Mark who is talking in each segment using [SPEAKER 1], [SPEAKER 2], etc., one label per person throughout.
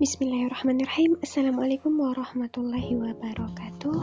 [SPEAKER 1] Bismillahirrahmanirrahim. Assalamualaikum warahmatullahi wabarakatuh.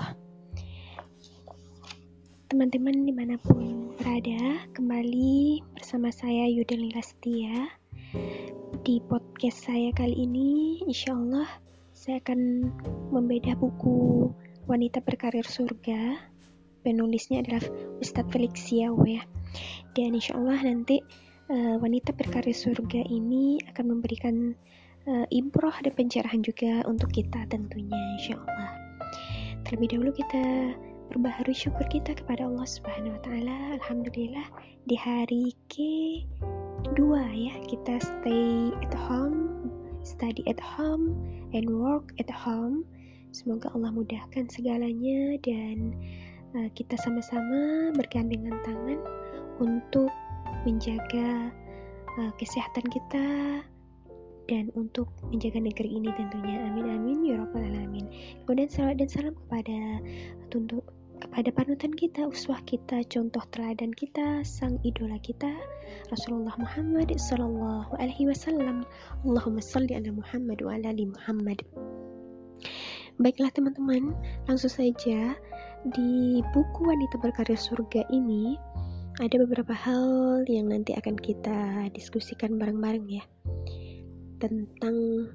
[SPEAKER 1] Teman-teman dimanapun berada, kembali bersama saya Yudel Lastia. Di podcast saya kali ini, insya Allah saya akan membedah buku Wanita Berkarir Surga. Penulisnya adalah Ustadz Felix Xiao ya. Dan insya Allah nanti Wanita Berkarir Surga ini akan memberikan ibroh dan pencerahan juga untuk kita tentunya insya Allah. Terlebih dahulu kita perbaharui syukur kita kepada Allah Subhanahu wa Ta'ala. Alhamdulillah di hari ke-2 ya, kita stay at home, study at home, and work at home. Semoga Allah mudahkan segalanya dan kita sama-sama bergandengan tangan untuk menjaga kesehatan kita dan untuk menjaga negeri ini tentunya. Amin amin ya rabbal alamin. Kemudian salawat dan salam kepada panutan kita, uswah kita, contoh teladan kita, sang idola kita, Rasulullah Muhammad sallallahu alaihi wasallam. Allahumma shalli ala Muhammad wa ala ali Muhammad. Baiklah teman-teman, langsung saja di buku Wanita Berkarir Surga ini ada beberapa hal yang nanti akan kita diskusikan bareng-bareng ya, tentang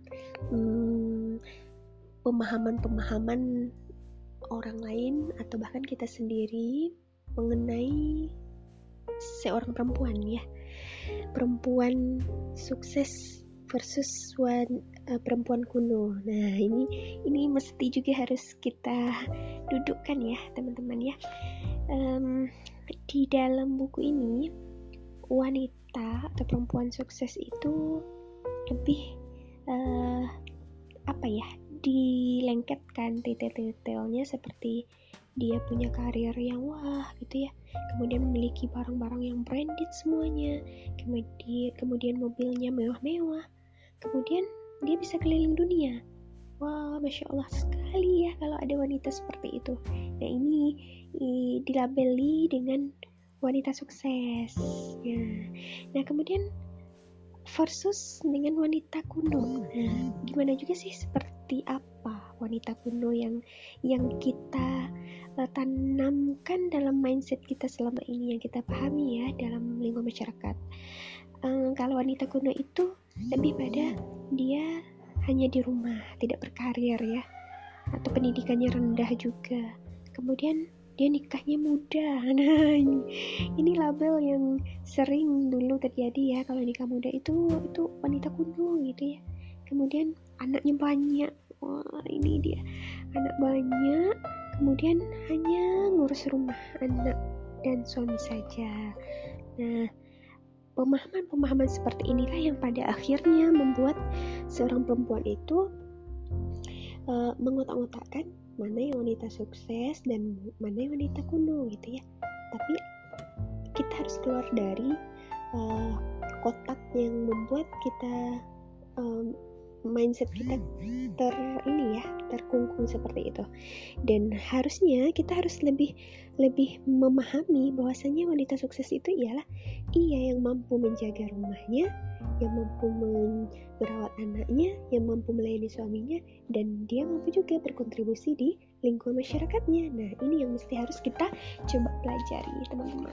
[SPEAKER 1] pemahaman-pemahaman orang lain atau bahkan kita sendiri mengenai seorang perempuan ya, perempuan sukses versus perempuan kuno. Nah ini mesti juga harus kita dudukkan ya teman-teman ya. Di dalam buku ini wanita atau perempuan sukses itu lebih dilengketkan detail-detailnya, seperti dia punya karir yang wah gitu ya, kemudian memiliki barang-barang yang branded semuanya, kemudian mobilnya mewah-mewah, kemudian dia bisa keliling dunia. Wah, Masya Allah sekali ya kalau ada wanita seperti itu. Nah ini dilabeli dengan wanita sukses ya. Nah kemudian versus dengan wanita kuno. Nah, gimana juga sih, seperti apa wanita kuno yang kita tanamkan dalam mindset kita selama ini, yang kita pahami ya dalam lingkungan masyarakat. Kalau wanita kuno itu lebih pada dia hanya di rumah, tidak berkarir ya, atau pendidikannya rendah juga. Kemudian dia nikahnya muda. Nah ini label yang sering dulu terjadi ya, kalau nikah muda itu wanita kuno gitu ya. Kemudian anaknya banyak, wah ini dia anak banyak, kemudian hanya ngurus rumah, anak dan suami saja. Nah pemahaman seperti inilah yang pada akhirnya membuat seorang perempuan itu mengotak-otakkan mana yang wanita sukses dan mana yang wanita kuno gitu ya. Tapi kita harus keluar dari kotak yang membuat kita mindset kita terkungkung seperti itu. Dan harusnya kita harus lebih memahami bahwasanya wanita sukses itu ialah yang mampu menjaga rumahnya, yang mampu merawat anaknya, yang mampu melayani suaminya, dan dia mampu juga berkontribusi di lingkungan masyarakatnya. Nah ini yang mesti harus kita coba pelajari teman-teman.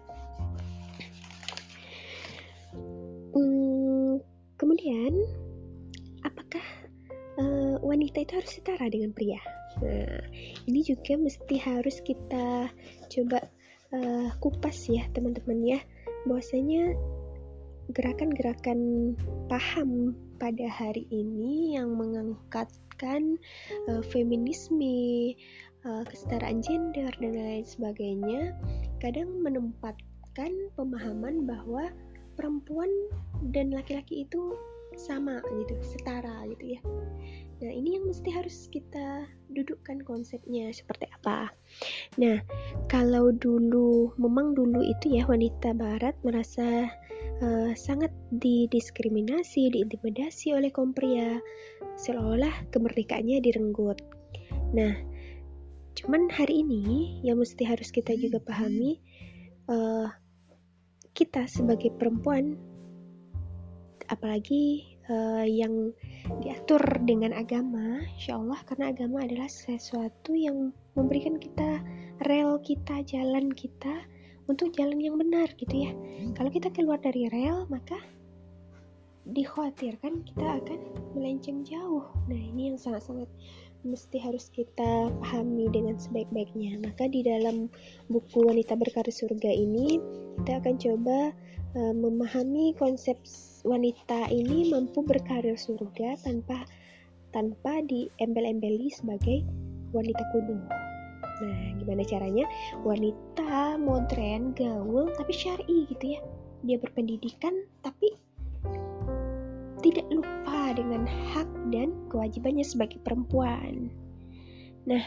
[SPEAKER 1] Kemudian apakah wanita itu harus setara dengan pria? Nah ini juga mesti harus kita coba kupas ya teman-teman ya, bahwasanya gerakan-gerakan paham pada hari ini yang mengangkatkan feminisme, kesetaraan gender dan lain sebagainya, kadang menempatkan pemahaman bahwa perempuan dan laki-laki itu sama gitu, setara gitu ya. Nah ini yang mesti harus kita dudukkan konsepnya seperti apa. Nah kalau dulu itu ya, wanita barat merasa sangat didiskriminasi, diintimidasi oleh kaum pria, seolah kemerdekaannya direnggut. Nah cuman hari ini yang mesti harus kita juga pahami, kita sebagai perempuan, apalagi yang diatur dengan agama, insya Allah, karena agama adalah sesuatu yang memberikan kita rel kita, jalan kita untuk jalan yang benar gitu ya. Kalau kita keluar dari rel, maka dikhawatirkan kita akan melenceng jauh. Nah, ini yang sangat-sangat mesti harus kita pahami dengan sebaik-baiknya. Maka di dalam buku Wanita Berkarir Surga ini, kita akan coba memahami konsep wanita ini mampu berkarir surga tanpa diembel-embeli sebagai wanita kuno. Nah, gimana caranya? Wanita modern, gaul, tapi syar'i gitu ya. Dia berpendidikan, tapi tidak lupa dengan hak dan kewajibannya sebagai perempuan. Nah,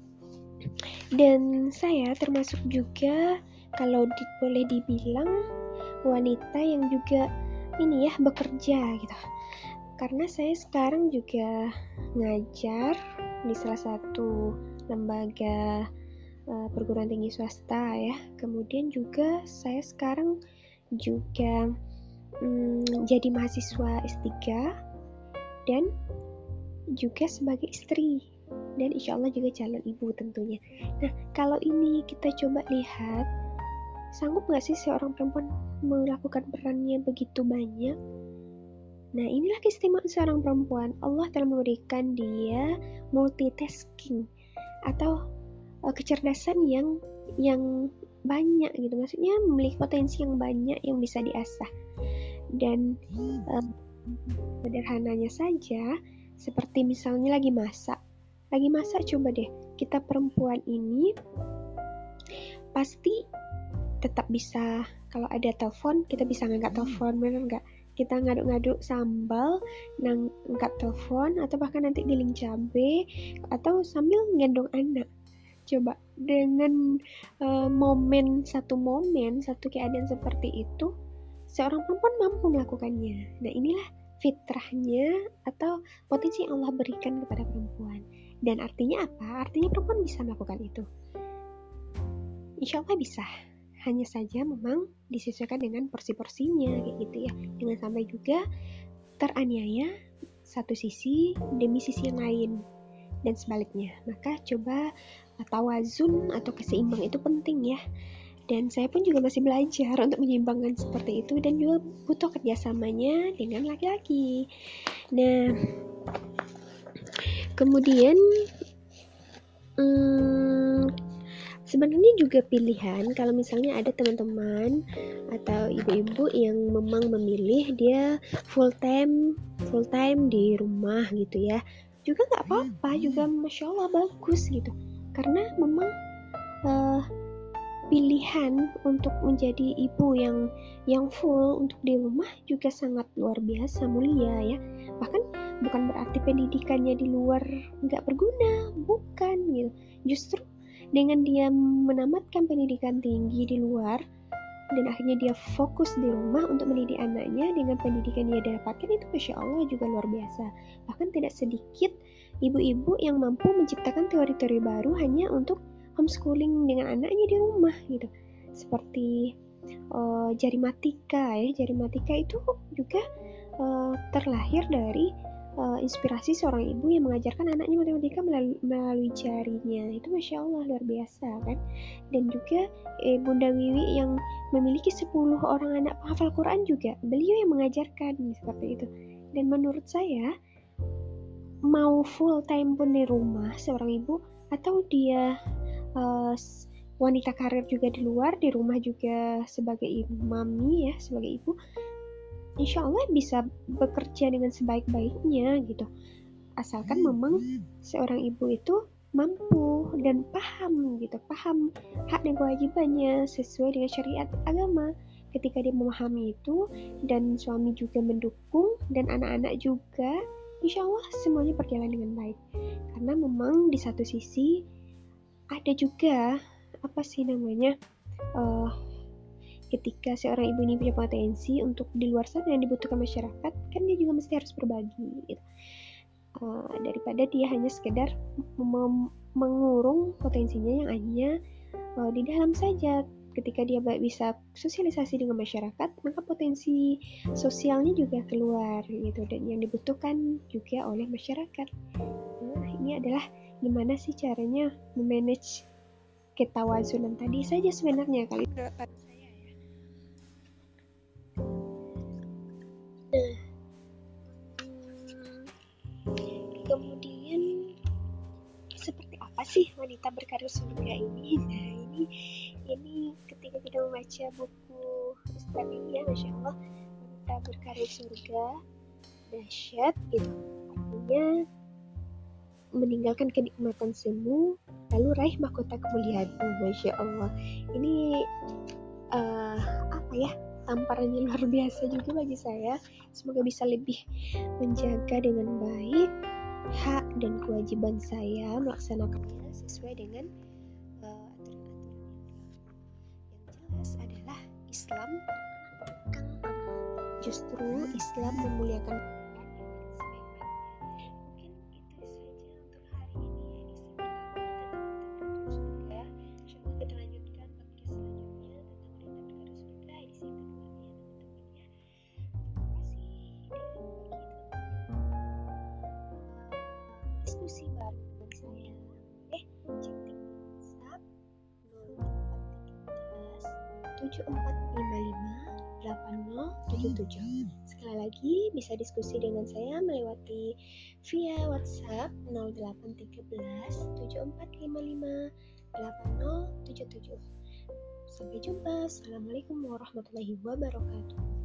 [SPEAKER 1] dan saya termasuk juga kalau boleh dibilang wanita yang juga ini ya, bekerja gitu. Karena saya sekarang juga ngajar di salah satu lembaga perguruan tinggi swasta ya. Kemudian juga saya sekarang juga jadi mahasiswa S3 dan juga sebagai istri, dan insya Allah juga calon ibu tentunya. Nah, kalau ini kita coba lihat, sanggup gak sih seorang perempuan melakukan perannya begitu banyak? Nah, inilah keistimewaan seorang perempuan. Allah telah memberikan dia multitasking atau kecerdasan yang banyak gitu. Maksudnya memiliki potensi yang banyak yang bisa diasah. Dan sederhananya saja, seperti misalnya lagi masak coba deh, kita perempuan ini pasti tetap bisa, kalau ada telepon kita bisa ngangkat telepon, bener nggak? Kita ngaduk-ngaduk sambal, ngangkat telepon, atau bahkan nanti giling cabai, atau sambil gendong anak. Coba dengan satu keadaan seperti itu, seorang perempuan mampu melakukannya. Nah, inilah fitrahnya atau potensi yang Allah berikan kepada perempuan. Dan artinya apa? Artinya perempuan bisa melakukan itu. Insya Allah bisa. Hanya saja memang disesuaikan dengan porsi-porsinya kayak gitu ya. Jangan sampai juga teraniaya satu sisi demi sisi yang lain dan sebaliknya. Maka coba tawazun atau keseimbangan itu penting ya. Dan saya pun juga masih belajar untuk menyeimbangkan seperti itu, dan juga butuh kerjasamanya dengan laki-laki. Nah, kemudian sebenarnya juga pilihan kalau misalnya ada teman-teman atau ibu-ibu yang memang memilih dia full time di rumah gitu ya, juga nggak apa-apa, juga masya Allah bagus gitu, karena memang pilihan untuk menjadi ibu yang full untuk di rumah juga sangat luar biasa mulia ya. Bahkan bukan berarti pendidikannya di luar nggak berguna, bukan gitu. Justru dengan dia menamatkan pendidikan tinggi di luar dan akhirnya dia fokus di rumah untuk mendidik anaknya dengan pendidikan yang dia dapatkan, itu masya Allah juga luar biasa. Bahkan tidak sedikit ibu-ibu yang mampu menciptakan teori-teori baru hanya untuk homeschooling dengan anaknya di rumah gitu, seperti Jarimatika ya. Jarimatika itu juga terlahir dari inspirasi seorang ibu yang mengajarkan anaknya matematika melalui jarinya. Itu masya Allah luar biasa kan. Dan juga Bunda Wiwi yang memiliki 10 orang anak penghafal Quran, juga beliau yang mengajarkan seperti itu. Dan menurut saya, mau full time pun di rumah seorang ibu, atau dia wanita karir juga di luar, di rumah juga sebagai mami ya, sebagai ibu, insya Allah bisa bekerja dengan sebaik-baiknya gitu, asalkan memang seorang ibu itu mampu dan paham hak dan kewajibannya sesuai dengan syariat agama. Ketika dia memahami itu dan suami juga mendukung dan anak-anak juga, insya Allah semuanya berjalan dengan baik. Karena memang di satu sisi ada juga ketika seorang ibu ini punya potensi untuk di luar sana yang dibutuhkan masyarakat, kan dia juga mesti harus berbagi gitu. Daripada dia hanya sekedar mengurung potensinya yang hanya di dalam saja. ketika dia bisa sosialisasi dengan masyarakat, maka potensi sosialnya juga keluar gitu, dan yang dibutuhkan juga oleh masyarakat. Nah, ini adalah gimana sih caranya memanage ketawazunan tadi saja sebenarnya kali menurut saya ya. Nah, kemudian seperti apa sih wanita berkarir surga ini? Nah, ini ketika kita membaca buku Ustaz ini ya, Masya Allah, wanita berkarir surga dahsyat gitu, artinya meninggalkan kenikmatan semu lalu raih mahkota kemuliaan. Masya Allah, ini apa ya, tamparannya luar biasa juga bagi saya. Semoga bisa lebih menjaga dengan baik hak dan kewajiban saya, melaksanakannya sesuai dengan aturan-aturan yang jelas adalah Islam bukan amal. Justru Islam memuliakan mungkin itu saja untuk hari ini edisi pertama tentang surga. Insyaallah kita lanjutkan podcast selanjutnya tentang wanita berkarir surga edisi keduanya teman-teman ya. Terima kasih dan diskusi bareng dengan saya. Cek di WhatsApp 0813 7455 8077. Sekali lagi bisa diskusi dengan saya melewati via WhatsApp 0813 7455 8077. Sampai jumpa. Assalamualaikum warahmatullahi wabarakatuh.